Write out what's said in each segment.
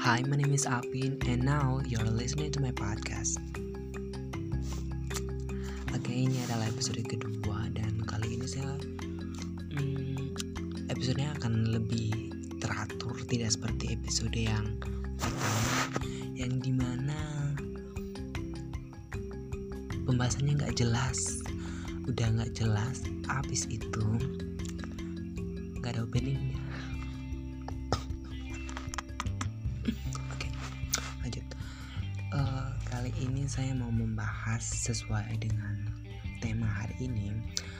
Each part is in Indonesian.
Hi, my name is Apin, and now you're listening to my podcast. Oke, ini adalah episode kedua, dan kali ini saya episodenya akan lebih teratur, tidak seperti episode yang pertama, yang dimana pembahasannya nggak jelas, udah nggak jelas, abis itu nggak ada openingnya. Kali ini saya mau membahas sesuai dengan tema hari ini,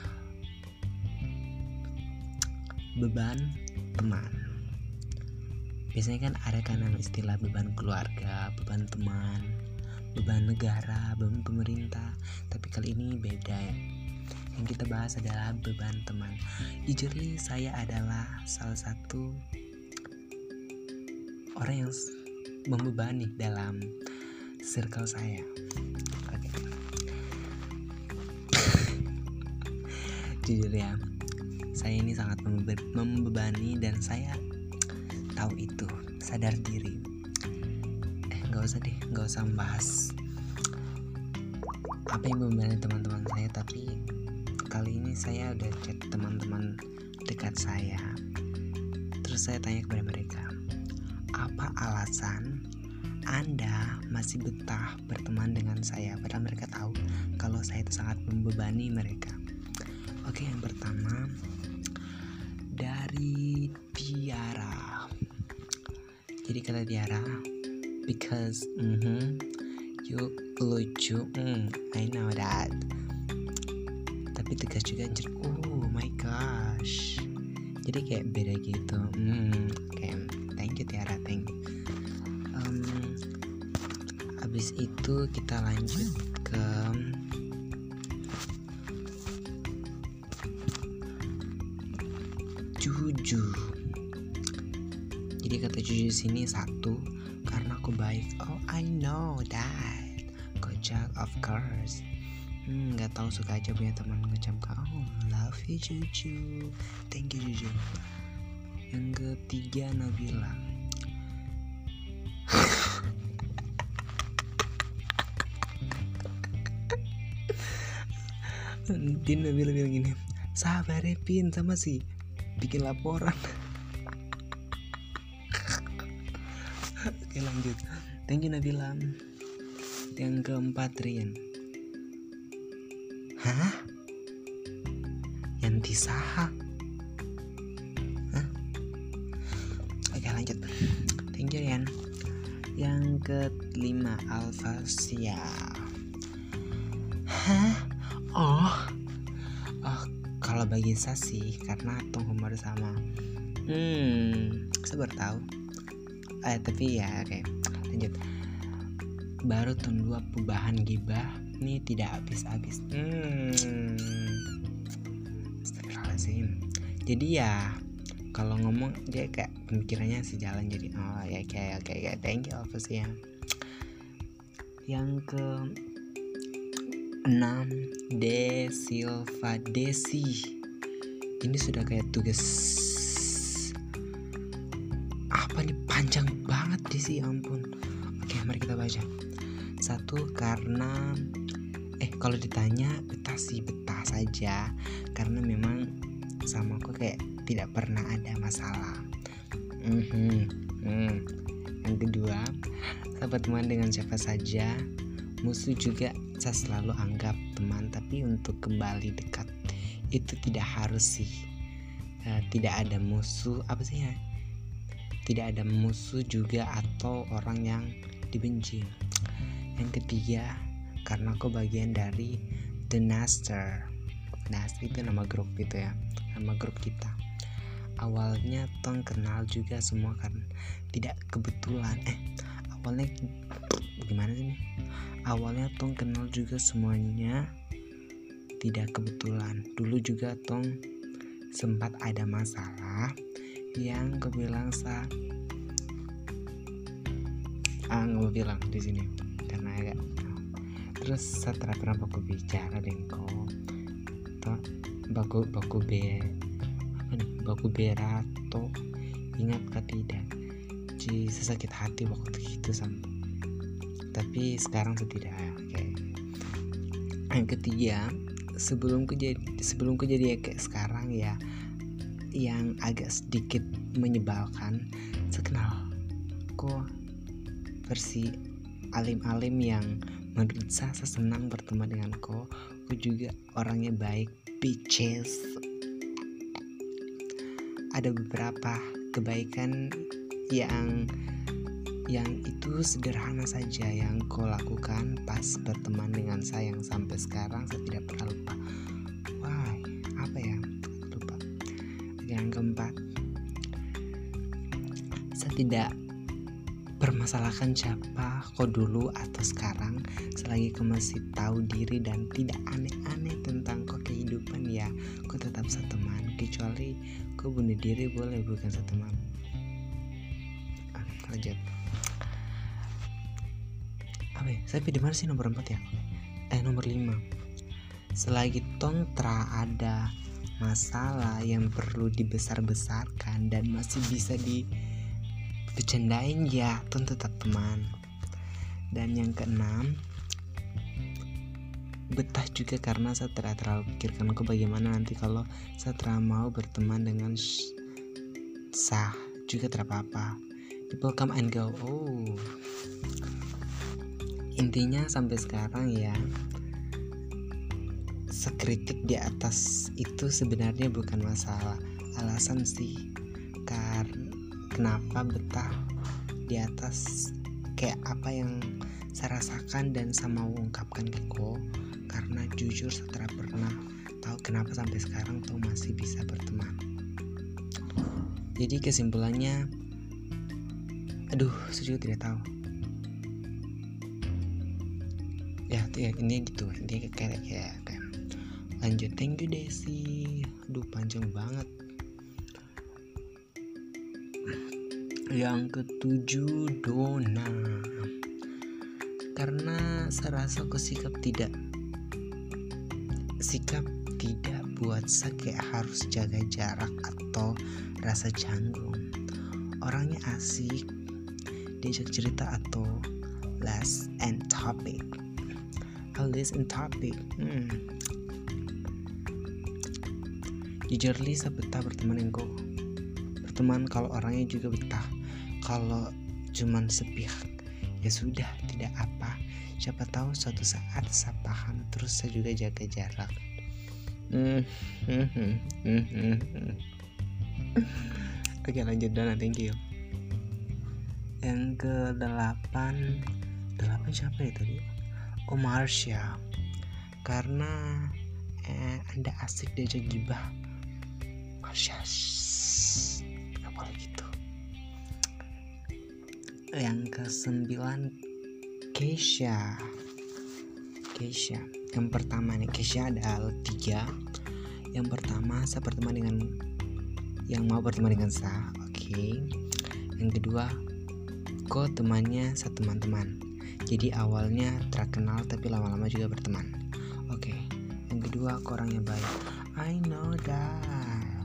beban teman. Biasanya kan ada istilah beban keluarga, beban teman, beban negara, beban pemerintah. Tapi kali ini beda ya. Yang kita bahas adalah beban teman. Jujurly saya adalah salah satu orang yang membebani dalam circle saya. Oke. Jujur ya, saya ini sangat membebani dan saya tahu itu, sadar diri. Nggak usah membahas apa yang membebani teman-teman saya, tapi kali ini saya udah chat teman-teman dekat saya. Terus saya tanya kepada mereka, apa alasan Anda masih betah berteman dengan saya? Padahal mereka tahu kalau saya itu sangat membebani mereka. Oke, yang pertama dari Tiara. Jadi kata Tiara, because you lucu, I know that. Tapi tegas juga anjir. Oh my gosh. Jadi kayak beda gitu. Okay. Thank you Tiara, thank you. Habis itu kita lanjut ke Juju. Jadi kata Juju sini satu, karena aku baik. Oh I know that. Kocak of course. Nggak tahu, suka aja punya teman ngecam kau. Love you Juju. Thank you Juju. Yang ketiga Nabila. Din Nabila bilang gini, sabar Pin, sama sih bikin laporan. Oke lanjut. Thank you Nabila. Yang keempat Rian. Hah? Yang disaha? Hah? Oke lanjut. Thank you Rian. Yang kelima Alfasia. Hah? Oh, kalau bagi saya sih karena tong humor sama. Saya baru tahu. Tapi ya oke. Lanjut. Baru tahun 2 perubahan gibah ini tidak habis-habis. Astagfirullahaladzim. Jadi ya kalau ngomong dia kayak pemikirannya sejalan, jadi oke. Thank you Alfasia. Yang ke 6 Silva Desi. Ini sudah kayak tugas apa nih, panjang banget Desi, ampun. Oke, mari kita baca. Satu, karena kalau ditanya betah saja, karena memang sama aku kayak tidak pernah ada masalah. Yang kedua, sahabat teman dengan siapa saja. Musuh juga saya selalu anggap teman, tapi untuk kembali dekat itu tidak harus sih. Tidak ada musuh tidak ada musuh juga atau orang yang dibenci. Yang ketiga, karena aku bagian dari The Naster. Naster itu nama grup gitu ya, nama grup kita. Awalnya tong kenal juga semua kan, tidak kebetulan. Awalnya gimana sih? Awalnya tong kenal juga semuanya tidak kebetulan. Dulu juga tong sempat ada masalah yang kebilang nggak mau bilang di sini karena agak. Terus setelah pernah aku bicara dengan kau baku berato, ingat kah tidak? sesakit hati waktu itu tapi sekarang tuh tidak. Oke. Yang ketiga, sebelum kejadian kayak sekarang ya, yang agak sedikit menyebalkan, sekenal kok versi alim-alim yang menurut saya senang berteman dengan kok juga orangnya baik, bitches. Ada beberapa kebaikan yang itu sederhana saja yang kau lakukan pas berteman dengan saya yang sampai sekarang saya tidak pernah lupa. Wah, apa ya? Lupa. Yang keempat, saya tidak permasalahkan siapa kau dulu atau sekarang, selagi kau masih tahu diri dan tidak aneh-aneh tentang kau kehidupan ya, kau tetap seteman. Kecuali kau bunuh diri boleh, bukan seteman. Lanjut. Apa ya? Saya di mana sih nomor 4 ya? Nomor 5. Selagi tong ada masalah yang perlu dibesar-besarkan dan masih bisa bercandain ya, tong tetap teman. Dan yang keenam, betah juga karena saya tidak terlalu pikirkan kok bagaimana nanti kalau saya terlalu mau berteman dengan sah juga tidak apa-apa. People come and go. Intinya sampai sekarang ya, sekritik di atas itu sebenarnya bukan masalah. Alasan sih kenapa betah di atas kayak apa yang saya rasakan dan saya mau ungkapkan ke kau, karena jujur saya tidak pernah tahu kenapa sampai sekarang tuh masih bisa berteman. Jadi kesimpulannya, saya juga tidak tahu ya tuh ya, ini gitu, ini kayak lanjut. Thank you Desi. Panjang banget. Yang ke-7, Dona. Karena saya rasa sikap tidak buat saya kayak harus jaga jarak atau rasa canggung. Orangnya asik, diajak cerita atau last and topic. Jujurly saya betah berteman dengan kau. Berteman kalau orangnya juga betah. Kalau cuman sepihak ya sudah, tidak apa. Siapa tahu suatu saat saya paham, terus saya juga jaga jarak. Oke, lanjut Dona, thank you. Yang ke-8 siapa ya tadi? Marsha. Karena Anda asik diajak gibah. Marsha, gak boleh gitu. Yang ke-9, Keisha. Yang pertama nih, Keisha ada 3. Yang pertama, saya berteman dengan yang mau berteman dengan saya. Oke. Yang kedua, kok temannya saya teman-teman. Jadi awalnya terkenal tapi lama-lama juga berteman. Oke. Yang kedua, kok orangnya baik. I know that.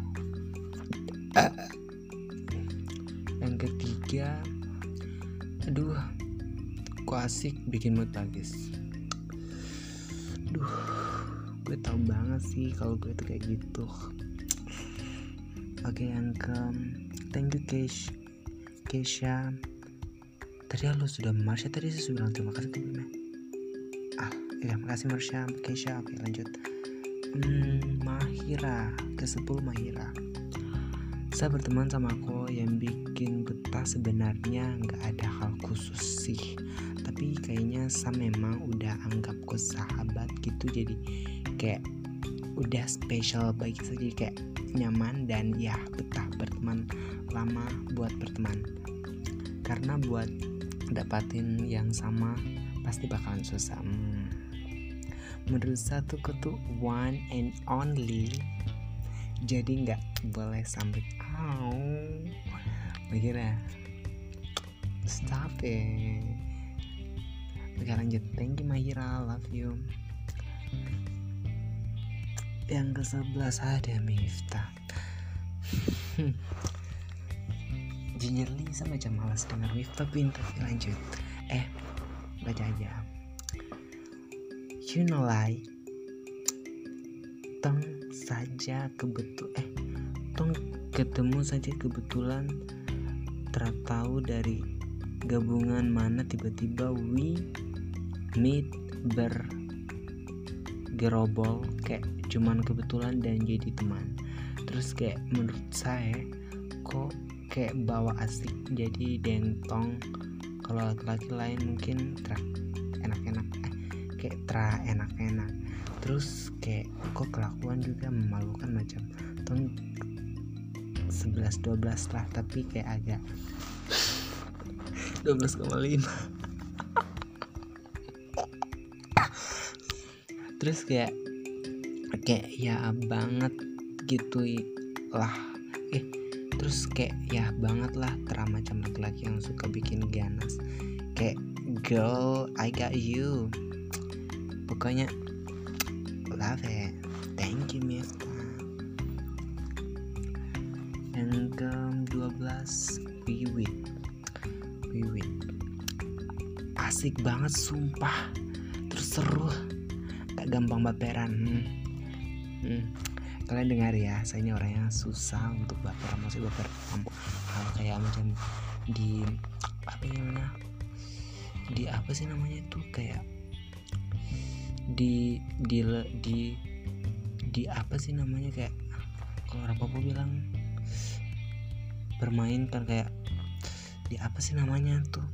Yang ketiga, kok asik, bikin mood bagus. Gue tau banget sih kalau gue tuh kayak gitu. Oke, yang thank you Keisha. Tadi lo sudah Marsha, tadi saya sudah bilang terima kasih ke Bima. Makasih Marsha, Keisha. Oke, lanjut. Mahira, ke-10 Mahira. Saya berteman sama aku, yang bikin betah sebenarnya nggak ada hal khusus sih, tapi kayaknya saya memang udah anggap kok sahabat gitu, jadi kayak udah spesial bagi saya, jadi kayak nyaman dan ya betah berteman lama buat berteman. Karena buat dapatin yang sama pasti bakalan susah. Menurut saya tuh one and only, jadi nggak boleh sampai Bagaimana? Stop it. Oke, lanjut. Thank you Mahira, love you. Yang ke-11 ada Miftah. jujurly saya macam malas dengar Miftah Queen, tapi lanjut. Baca aja. You know like tong ketemu saja kebetulan, tahu dari gabungan mana tiba-tiba we meet bergerobol kayak cuman kebetulan dan jadi teman. Terus kayak menurut saya kok kayak bawa asik jadi dengtong. Kalau laki-laki lain mungkin enak-enak. Terus kayak kok kelakuan juga memalukan macam tong 11-12 lah, tapi kayak agak 12,5. Terus kayak ya banget gitu lah. Terus kayak ya banget lah macam laki-laki yang suka bikin ganas. Kayak girl, I got you. Pokoknya love it. Thank you Miftah. Yang ke-12 Wiwit. Asik banget sumpah. Terus seru. Gak gampang baperan. Kalian dengar ya, saya ini orangnya susah untuk baper. Maksudnya baper hal kayak macam di apa sih namanya tuh, kayak di apa sih namanya, kayak kalau orang Papua bilang bermain kan, kayak di apa sih namanya tuh,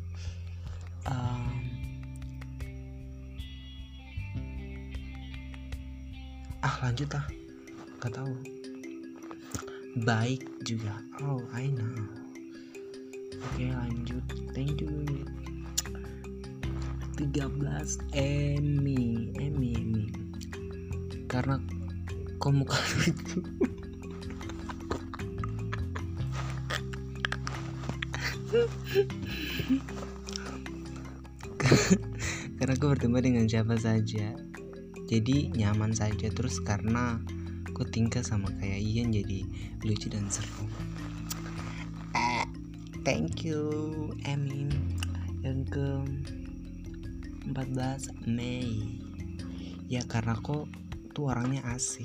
lanjut lah, gak tahu. Baik juga. Oh I know. Oke, lanjut. Thank you. 13 Emmy. Karena kok muka itu karena aku bertemu dengan siapa saja jadi nyaman saja. Terus karena aku tingkah sama kayak Ian jadi lucu dan seru. Thank you Emmy. Yang ke 14 Mei. Ya karena kok tuh orangnya asik.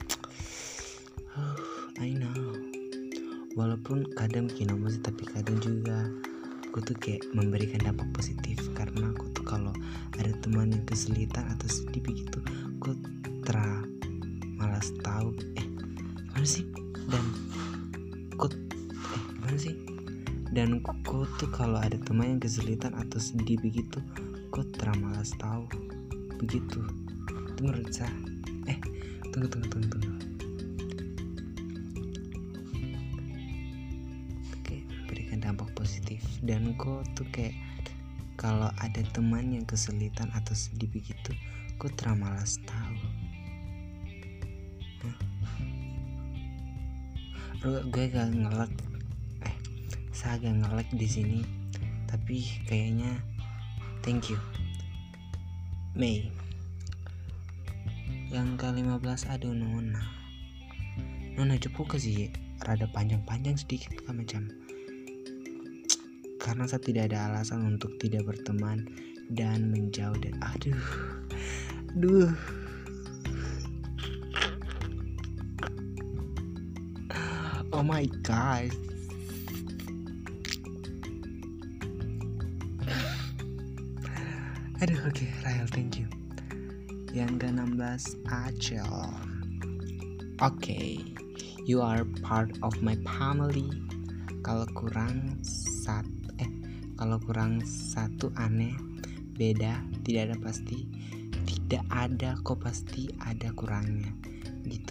I know. Walaupun kadang bikin emosi, tapi kadang juga aku tuh kayak memberikan dampak positif. Karena aku tuh kalau ada teman yang kesulitan atau sedih begitu, aku malas tahu gimana sih. Dan aku tuh kalau ada teman yang kesulitan atau sedih begitu, aku malas tahu begitu. Itu menurut saya. Tunggu. Oke, berikan dampak positif. Dan kok tuh kayak kalau ada teman yang kesulitan atau sedih begitu, kok malas tahu. Gue gak ngelek. Saya agak ngelek di sini, tapi kayaknya thank you Mei. Yang ke-15 ada Nona Jepuk sih rada panjang sedikit kan macam, karena saya tidak ada alasan untuk tidak berteman dan menjauh dan aduh oh my god. Oke, Rahel, thank you. Yang ke-16 Acel. Oke, you are part of my family. Kalau kurang satu aneh, beda, tidak ada pasti, tidak ada kok, pasti ada kurangnya gitu.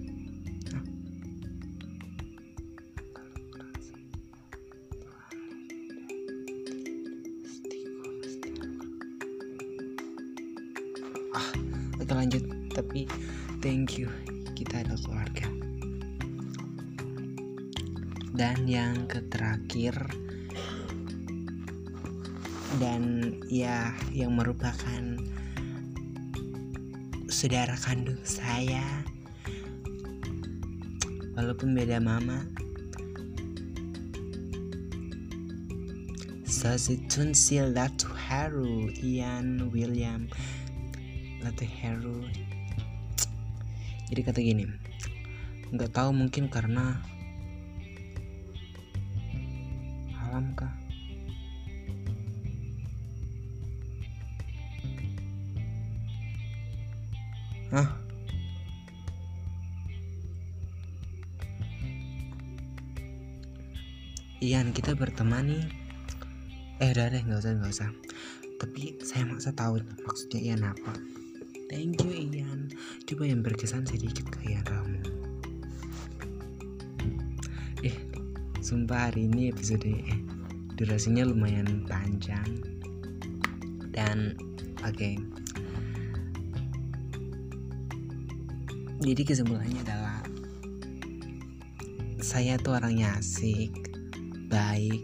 Oke, lanjut. Tapi thank you, kita adalah keluarga. Dan yang terakhir, dan ya yang merupakan saudara kandung saya, walaupun beda mama, Tunsil Latu Heru, Ian William Latu Heru. Jadi kata gini, nggak tahu mungkin karena alam kah? Ian, kita berteman nih. Udah deh, nggak usah. Tapi saya maksa tahu maksudnya Ian apa. Thank you Ian. Coba yang berkesan sedikit ke Ian Ramu. Sumpah hari ini episode durasinya lumayan panjang. Dan oke. Jadi kesimpulannya adalah saya tuh orangnya asik, baik,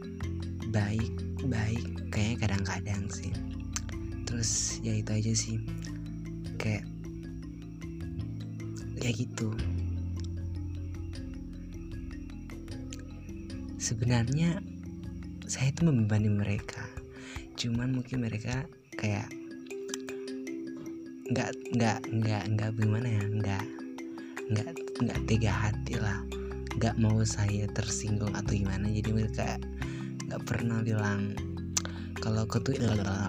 kayaknya kadang-kadang sih. Terus ya itu aja sih, kayak ya gitu. Sebenarnya saya tuh membebani mereka, cuman mungkin mereka kayak nggak gimana ya, nggak tega hati lah, nggak mau saya tersinggung atau gimana. Jadi mereka nggak pernah bilang kalau aku tuh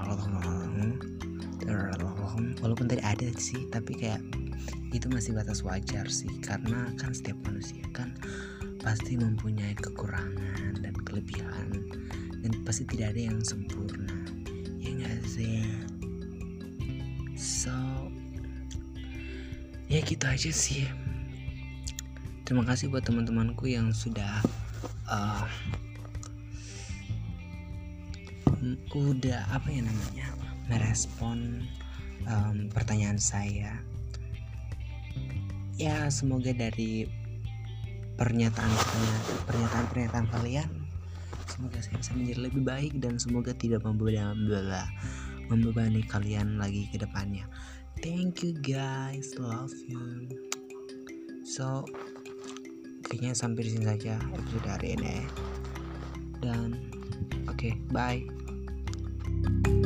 walaupun tadi ada sih, tapi kayak itu masih batas wajar sih, karena kan setiap manusia kan pasti mempunyai kekurangan dan kelebihan, dan pasti tidak ada yang sempurna, ya nggak sih? So ya gitu aja sih. Terima kasih buat teman-temanku yang sudah merespon pertanyaan saya. Ya semoga dari pernyataan kalian, semoga saya bisa menjadi lebih baik dan semoga tidak membebani kalian lagi ke depannya. Thank you guys, love you. So kayaknya sampai di sini saja episode hari ini. Dan oke, bye.